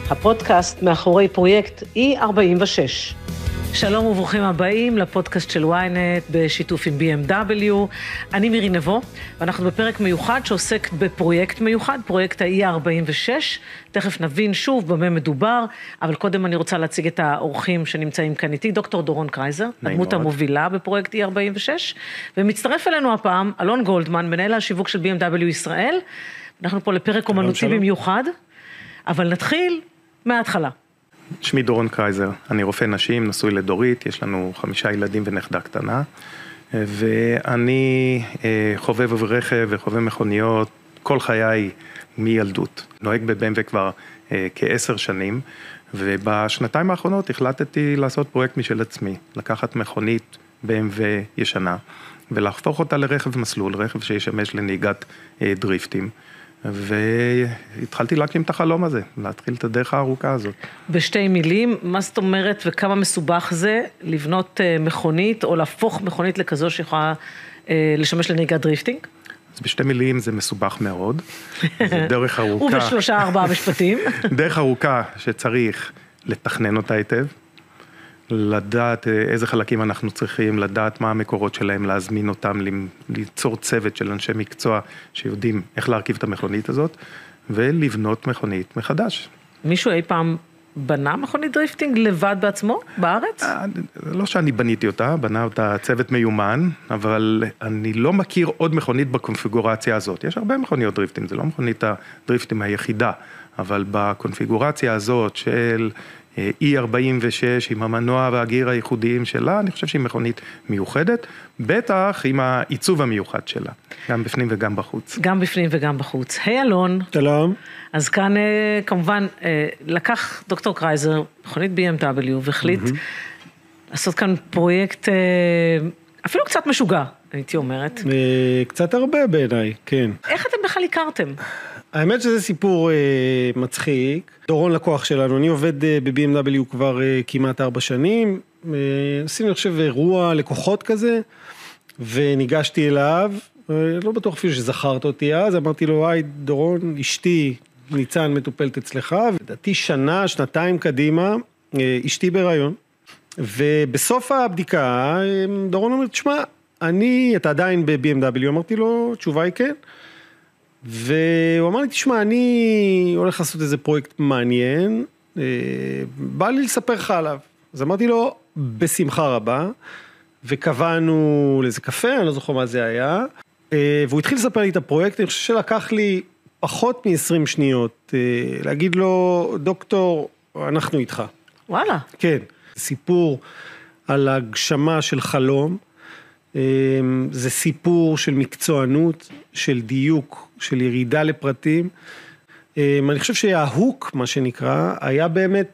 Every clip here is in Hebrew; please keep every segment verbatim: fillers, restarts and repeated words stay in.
הפודקאסט מאחורי פרויקט אי ארבעים ושש. שלום וברוכים הבאים לפודקאסט של וויינט בשיתוף עם בי אם דאבליו. אני מירי נבו, ואנחנו בפרק מיוחד שעוסק בפרויקט מיוחד, פרויקט ה-אי ארבעים ושש. תכף נבין שוב במה מדובר, אבל קודם אני רוצה להציג את האורחים שנמצאים כאן איתי, דוקטור דורון קרייזר, הדמות המובילה בפרויקט אי ארבעים ושש, ומצטרף אלינו הפעם אלון גולדמן, מנהל השיווק של בי אם דאבליו ישראל. אנחנו פה לפרק אומנותי במיוחד, אבל נתחיל מההתחלה. שמי דורון קרייזר, אני רופא נשים, נשוי לדורית, יש לנו חמישה ילדים ונכדה קטנה, ואני חובב רכב וחובב מכוניות כל חיי מילדות. נוהג ב-בי אם דאבליו כבר כעשר שנים, ובשנתיים האחרונות החלטתי לעשות פרויקט משל עצמי, לקחת מכונית בי אם דאבליו ישנה, ולהפוך אותה לרכב מסלול, רכב שישמש לנהיגת דריפטים. והתחלתי להקים את החלום הזה, להתחיל את הדרך הארוכה הזאת. בשתי מילים, מה זאת אומרת וכמה מסובך זה לבנות מכונית או להפוך מכונית לכזו שיכולה לשמש לנהיגת דריפטינג? אז בשתי מילים זה מסובך מאוד, זה דרך ארוכה. ובשלושה ארבעה משפטים. דרך ארוכה שצריך לתכנן אותה היטב, לדעת איזה חלקים אנחנו צריכים, לדעת מה המקורות שלהם, להזמין אותם, ליצור צוות של אנשי מקצוע שיודעים איך להרכיב את המכונית הזאת, ולבנות מכונית מחדש. מישהו אי פעם בנה מכונית דריפטינג לבד בעצמו, בארץ? לא שאני בניתי אותה, בנה אותה צוות מיומן, אבל אני לא מכיר עוד מכונית בקונפיגורציה הזאת. יש הרבה מכוניות דריפטינג, זה לא מכונית הדריפטינג היחידה, אבל בקונפיגורציה הזאת של אי ארבעים ושש עם המנוע והגיר הייחודיים שלה, אני חושב שהיא מכונית מיוחדת, בטח עם העיצוב המיוחד שלה, גם בפנים וגם בחוץ. גם בפנים וגם בחוץ. היי אלון. שלום. אז כאן כמובן לקח דוקטור קרייזר, מכונית בי אם דאבליו, והחליט לעשות כאן פרויקט אפילו קצת משוגע, הייתי אומרת. קצת הרבה בעיניי, כן. איך אתם בכלל הכרתם? האמת שזה סיפור אה, מצחיק. דורון לקוח שלנו, אני עובד אה, ב-בי אם דאבליו כבר אה, כמעט ארבע שנים, אה, עשינו עכשיו אירוע לקוחות כזה, וניגשתי אליו, אה, לא בטוח אפילו שזכרת אותי אז, אמרתי לו, היי דורון, אשתי ניצן מטופלת אצלך, ודעתי שנה, שנתיים קדימה, אה, אשתי בהיריון, ובסוף הבדיקה, אה, דורון אומר, תשמע, אני, אתה עדיין ב-בי אם דאבליו, אמרתי לו, תשובה היא כן, והוא אמר לי, תשמע, אני הולך לעשות איזה פרויקט מעניין, בא לי לספר לך עליו. אז אמרתי לו, בשמחה רבה, וקבענו לאיזה קפה, אני לא זוכר מה זה היה, והוא התחיל לספר לי את הפרויקט, אני חושב שלקח לי פחות מ-עשרים שניות, להגיד לו, דוקטור, אנחנו איתך. וואלה. כן, סיפור על הגשמה של חלום, זה סיפור של מקצוענות, של דיוק, של ירידה לפרטים. אני חושב שההוק, מה שנקרא, היה באמת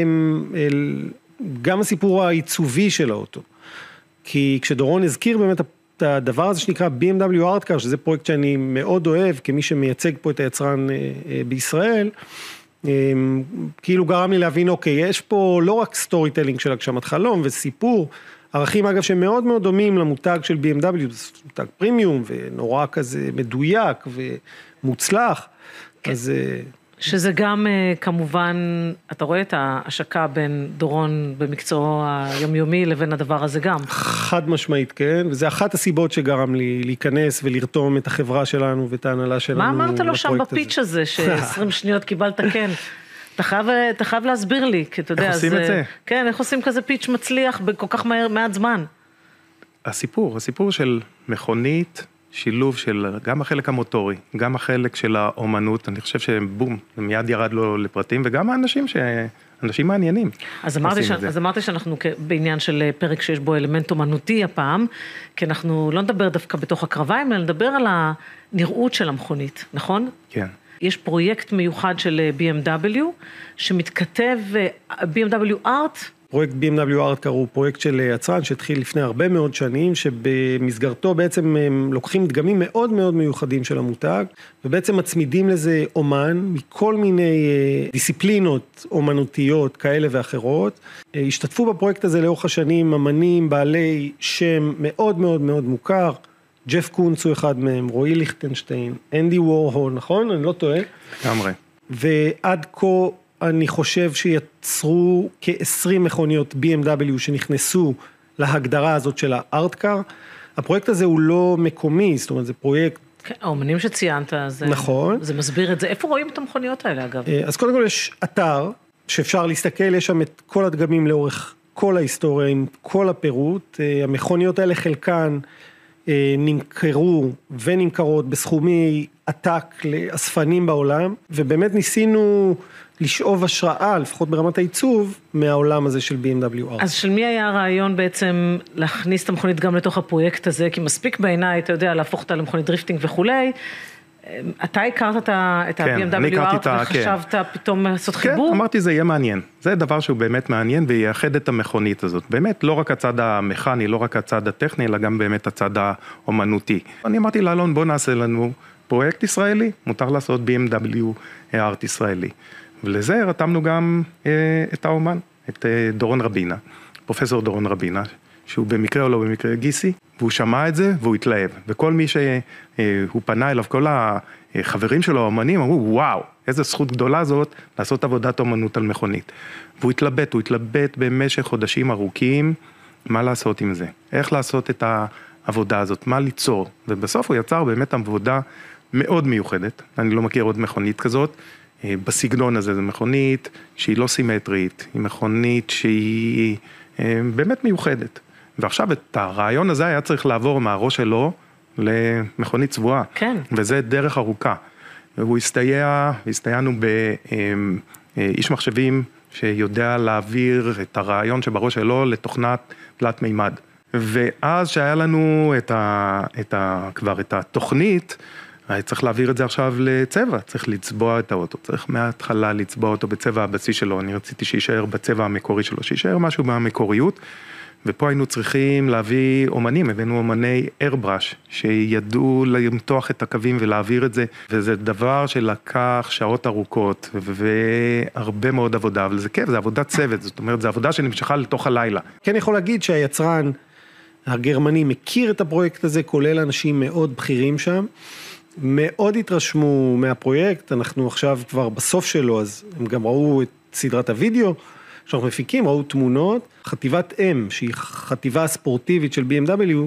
גם הסיפור העיצובי של האוטו. כי כשדורון הזכיר באמת את הדבר הזה שנקרא בי אם דאבליו Art Car, שזה פרויקט שאני מאוד אוהב, כמי שמייצג פה את היצרן בישראל, כאילו גרם לי להבין, אוקיי, יש פה לא רק סטורי טלינג של הגשמת חלום וסיפור, ערכים אגב שמאוד מאוד דומים למותג של בי אם דאבליו, זה מותג פרימיום ונורא כזה מדויק ומוצלח. כן. אז שזה גם כמובן, אתה רואה את ההשקה בין דורון במקצועו היומיומי לבין הדבר הזה גם. חד משמעית, כן, וזה אחת הסיבות שגרם לי להיכנס ולרתום את החברה שלנו ואת ההנהלה שלנו. מה אמרת לו שם בפיץ' הזה, ש-עשרים שניות קיבלת כן? אתה חייב, אתה חייב להסביר לי, כי אתה יודע, איך עושים אז, את זה? כן, איך עושים כזה פיץ' מצליח בכל כך מהר, מעט זמן? הסיפור, הסיפור של מכונית, שילוב של גם החלק המוטורי, גם החלק של האומנות, אני חושב שבום, מיד ירד לו לפרטים, וגם האנשים ש... אנשים מעניינים. אז אמרתי, ש... אז אמרתי שאנחנו בעניין של פרק שיש בו אלמנט אומנותי הפעם, כי אנחנו לא נדבר דווקא בתוך הקרביים, אלא נדבר על הנראות של המכונית, נכון? כן. יש פרויקט מיוחד של בי אם דאבליו, שמתכתב בי אם דאבליו Art. פרויקט בי אם דאבליו Art Car הוא פרויקט של יצרן שהתחיל לפני הרבה מאוד שנים, שבמסגרתו בעצם הם לוקחים דגמים מאוד מאוד מיוחדים של המותג, ובעצם מצמידים לזה אומן מכל מיני דיסציפלינות אומנותיות כאלה ואחרות. השתתפו בפרויקט הזה לאורך השנים אמנים בעלי שם מאוד מאוד מאוד מוכר, ג'ף קונץ הוא אחד מהם, רועי ליכטנשטיין, אנדי וורהול, נכון? אני לא טועה. לגמרי. ועד כה אני חושב שיצרו כ-עשרים מכוניות בי אם דאבליו שנכנסו להגדרה הזאת של הארטקאר. הפרויקט הזה הוא לא מקומי, זאת אומרת, זה פרויקט... כן, האומנים שציינת, זה, נכון. זה מסביר את זה. איפה רואים את המכוניות האלה, אגב? אז קודם כל יש אתר שאפשר להסתכל, יש שם את כל הדגמים לאורך כל ההיסטוריה, עם כל הפירוט. המכוניות האלה חלקן נמכרו ונמכרות בסכומי עתק לאספנים בעולם, ובאמת ניסינו לשאוב השראה, לפחות ברמת העיצוב, מהעולם הזה של בי אם דאבליו ארט. אז של מי היה הרעיון בעצם להכניס את המכונית גם לתוך הפרויקט הזה? כי מספיק בעיניי, אתה יודע, להפוך אותה למכונית דריפטינג וכולי. אתה הכרת את ה-בי אם דאבליו ארט וחשבת פתאום לעשות חיבור? כן, אמרתי זה יהיה מעניין. זה דבר שהוא באמת מעניין וייחד את המכונית הזאת. באמת, לא רק הצד המכני, לא רק הצד הטכני, אלא גם באמת הצד האומנותי. אני אמרתי לאלון, בוא נעשה לנו פרויקט ישראלי, מותר לעשות בי אם דאבליו ארט ישראלי. ולזה רתמנו גם אה, את האומן, את אה, דורון רבינה, פרופסור דורון רבינה, שהוא במקרה או לא במקרה גיסי, והוא שמע את זה והוא התלהב. וכל מי שהוא פנה אליו, כל החברים שלו, האומנים, אמרו, וואו, איזה זכות גדולה זאת לעשות עבודת אומנות על מכונית. והוא התלבט, הוא התלבט במשך חודשים ארוכים, מה לעשות עם זה, איך לעשות את העבודה הזאת, מה ליצור. ובסוף הוא יצר באמת עבודה מאוד מיוחדת, אני לא מכיר עוד מכונית כזאת, בסגנון הזה, זו מכונית שהיא לא סימטרית, היא מכונית שהיא באמת מיוחדת. ועכשיו את הרעיון הזה היה צריך לעבור מהראש שלו למכונית צבועה. כן. וזה דרך ארוכה. והוא הסתייע, הסתייענו באיש מחשבים שיודע להעביר את הרעיון שבראש שלו לתוכנת תלת מימד. ואז שהיה לנו את ה, את ה, כבר את התוכנית, צריך להעביר את זה עכשיו לצבע, צריך לצבוע את האוטו, צריך מההתחלה לצבוע אותו בצבע הבסיס שלו, אני רציתי שישאר בצבע המקורי שלו, שישאר משהו מהמקוריות, ופה היינו צריכים להביא אומנים, הבאנו אומני איירבראש, שידעו למתוח את הקווים ולהעביר את זה, וזה דבר שלקח שעות ארוכות, והרבה מאוד עבודה, אבל זה כיף, זה עבודת צוות, זאת אומרת, זה עבודה שנמשכה לתוך הלילה. כן, יכול להגיד שהיצרן הגרמני מכיר את הפרויקט הזה, כולל אנשים מאוד בכירים שם, מאוד התרשמו מהפרויקט, אנחנו עכשיו כבר בסוף שלו, אז הם גם ראו את סדרת הוידאו, שאנחנו מפיקים, ראו תמונות, חטיבת M, שהיא חטיבה ספורטיבית של בי אם דאבליו,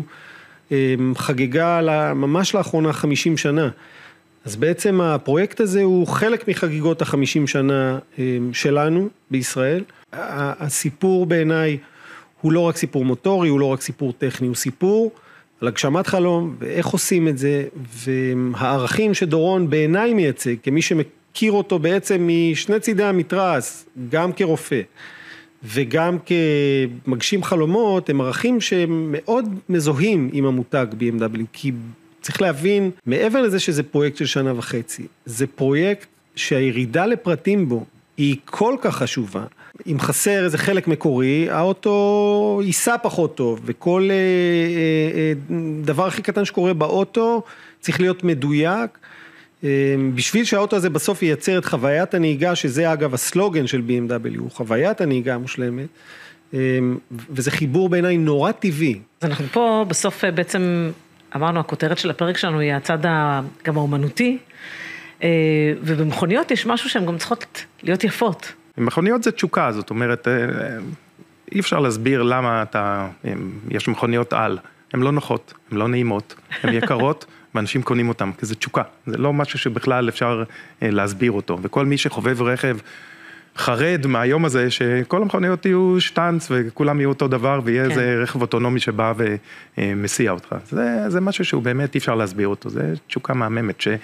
חגגה ממש לאחרונה חמישים שנה, אז בעצם הפרויקט הזה הוא חלק מחגיגות החמישים שנה שלנו בישראל, הסיפור בעיניי הוא לא רק סיפור מוטורי, הוא לא רק סיפור טכני, הוא סיפור על הגשמת חלום, ואיך עושים את זה, והערכים שדורון בעיניי מייצג, כמי שמכיר אותו בעצם משני צידי המתרס, גם כרופא, וגם כמגשים חלומות, הם ערכים שמאוד מזוהים עם המותג בי אם דאבליו, כי צריך להבין, מעבר לזה שזה פרויקט של שנה וחצי, זה פרויקט שהירידה לפרטים בו, היא כל כך חשובה, אם חסר איזה חלק מקורי, האוטו ייסע פחות טוב, וכל אה, אה, דבר הכי קטן שקורה באוטו, צריך להיות מדויק, אה, בשביל שהאוטו הזה בסוף ייצר את חוויית הנהיגה, שזה אגב הסלוגן של בי אם דאבליו, חוויית הנהיגה המושלמת, אה, וזה חיבור בעיניי נורא טבעי. אז אנחנו פה בסוף בעצם, אמרנו, הכותרת של הפרק שלנו היא הצד גם האומנותי, אה, ובמכוניות יש משהו שהן גם צריכות להיות יפות. מכוניות זה תשוקה, זאת אומרת, אי אפשר להסביר למה אתה, יש מכוניות על, הן לא נוחות, הן לא נעימות, הן יקרות, ואנשים קונים אותן, כי זה תשוקה, זה לא משהו שבכלל אפשר להסביר אותו, וכל מי שחובב רכב חרד מהיום הזה, שכל המכוניות יהיו שטנץ, וכולם יהיו אותו דבר, ויהיה איזה רכב אוטונומי שבא ומסיע אותך, זה, זה משהו שהוא באמת אי אפשר להסביר אותו, זה תשוקה מהממת, ש...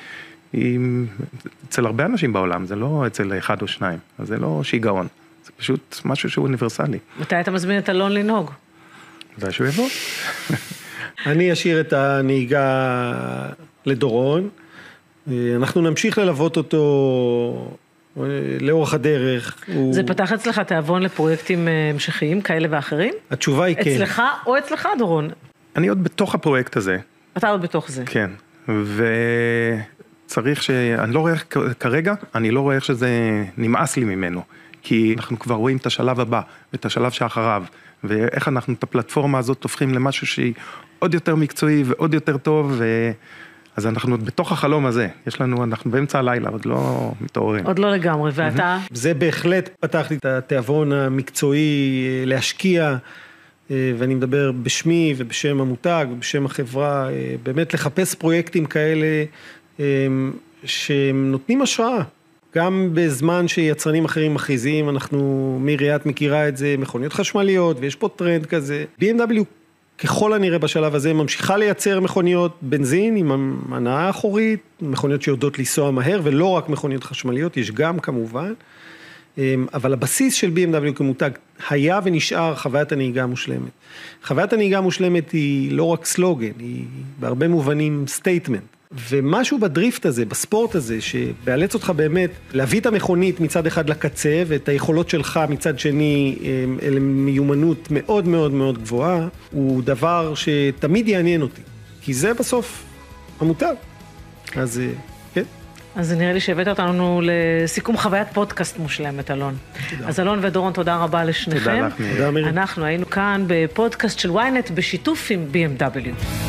אצל הרבה אנשים בעולם, זה לא אצל אחד או שניים, אז זה לא שיגעון, זה פשוט משהו שהוא אוניברסלי. מתי אתה מזמין את אלון לנהוג? זה שהוא יבוא. אני אשאיר את הנהיגה לדורון, אנחנו נמשיך ללוות אותו לאורך הדרך. זה פתח אצלך תיאבון לפרויקטים המשכיים כאלה ואחרים? התשובה היא כן. אצלך או אצלך, דורון? אני עוד בתוך הפרויקט הזה. אתה עוד בתוך זה. כן, ו... צריך ש... אני לא רואה כרגע, אני לא רואה איך שזה נמאס לי ממנו, כי אנחנו כבר רואים את השלב הבא, ואת השלב שאחריו, ואיך אנחנו את הפלטפורמה הזאת הופכים למשהו שהיא עוד יותר מקצועי ועוד יותר טוב, אז אנחנו בתוך החלום הזה, יש לנו, אנחנו באמצע הלילה, עוד לא מתעוררים. עוד לא לגמרי, ואתה? זה בהחלט פתח לי את התיאבון המקצועי להשקיע, ואני מדבר בשמי ובשם המותג ובשם החברה, באמת לחפש פרויקטים כאלה שנותנים השראה. גם בזמן שיצרנים אחרים מכריזים, אנחנו, מירי את מכירה את זה, מכוניות חשמליות, ויש פה טרנד כזה. בי אם דאבליו ככל הנראה בשלב הזה ממשיכה לייצר מכוניות בנזין עם הנעה אחורית, מכוניות שיודעות לנסוע מהר, ולא רק מכוניות חשמליות, יש גם כמובן, אבל הבסיס של בי אם דאבליו כמותג היה ונשאר חוויית הנהיגה המושלמת. חוויית הנהיגה המושלמת היא לא רק סלוגן, היא בהרבה מובנים סטייטמנט. ומשהו בדריפט הזה, בספורט הזה, שבאלץ אותך באמת להביא את המכונית מצד אחד לקצה, ואת היכולות שלך מצד שני אל מיומנות מאוד מאוד מאוד גבוהה, הוא דבר שתמיד יעניין אותי. כי זה בסוף המותג. אז כן. אז נראה לי שהבאת אותנו לסיכום חוויית פודקאסט מושלמת, אלון. תודה. אז אלון ודורון, תודה רבה לשניכם. תודה לך. תודה, מירי. אנחנו היינו כאן בפודקאסט של וויינט בשיתוף עם בי אם דאבליו.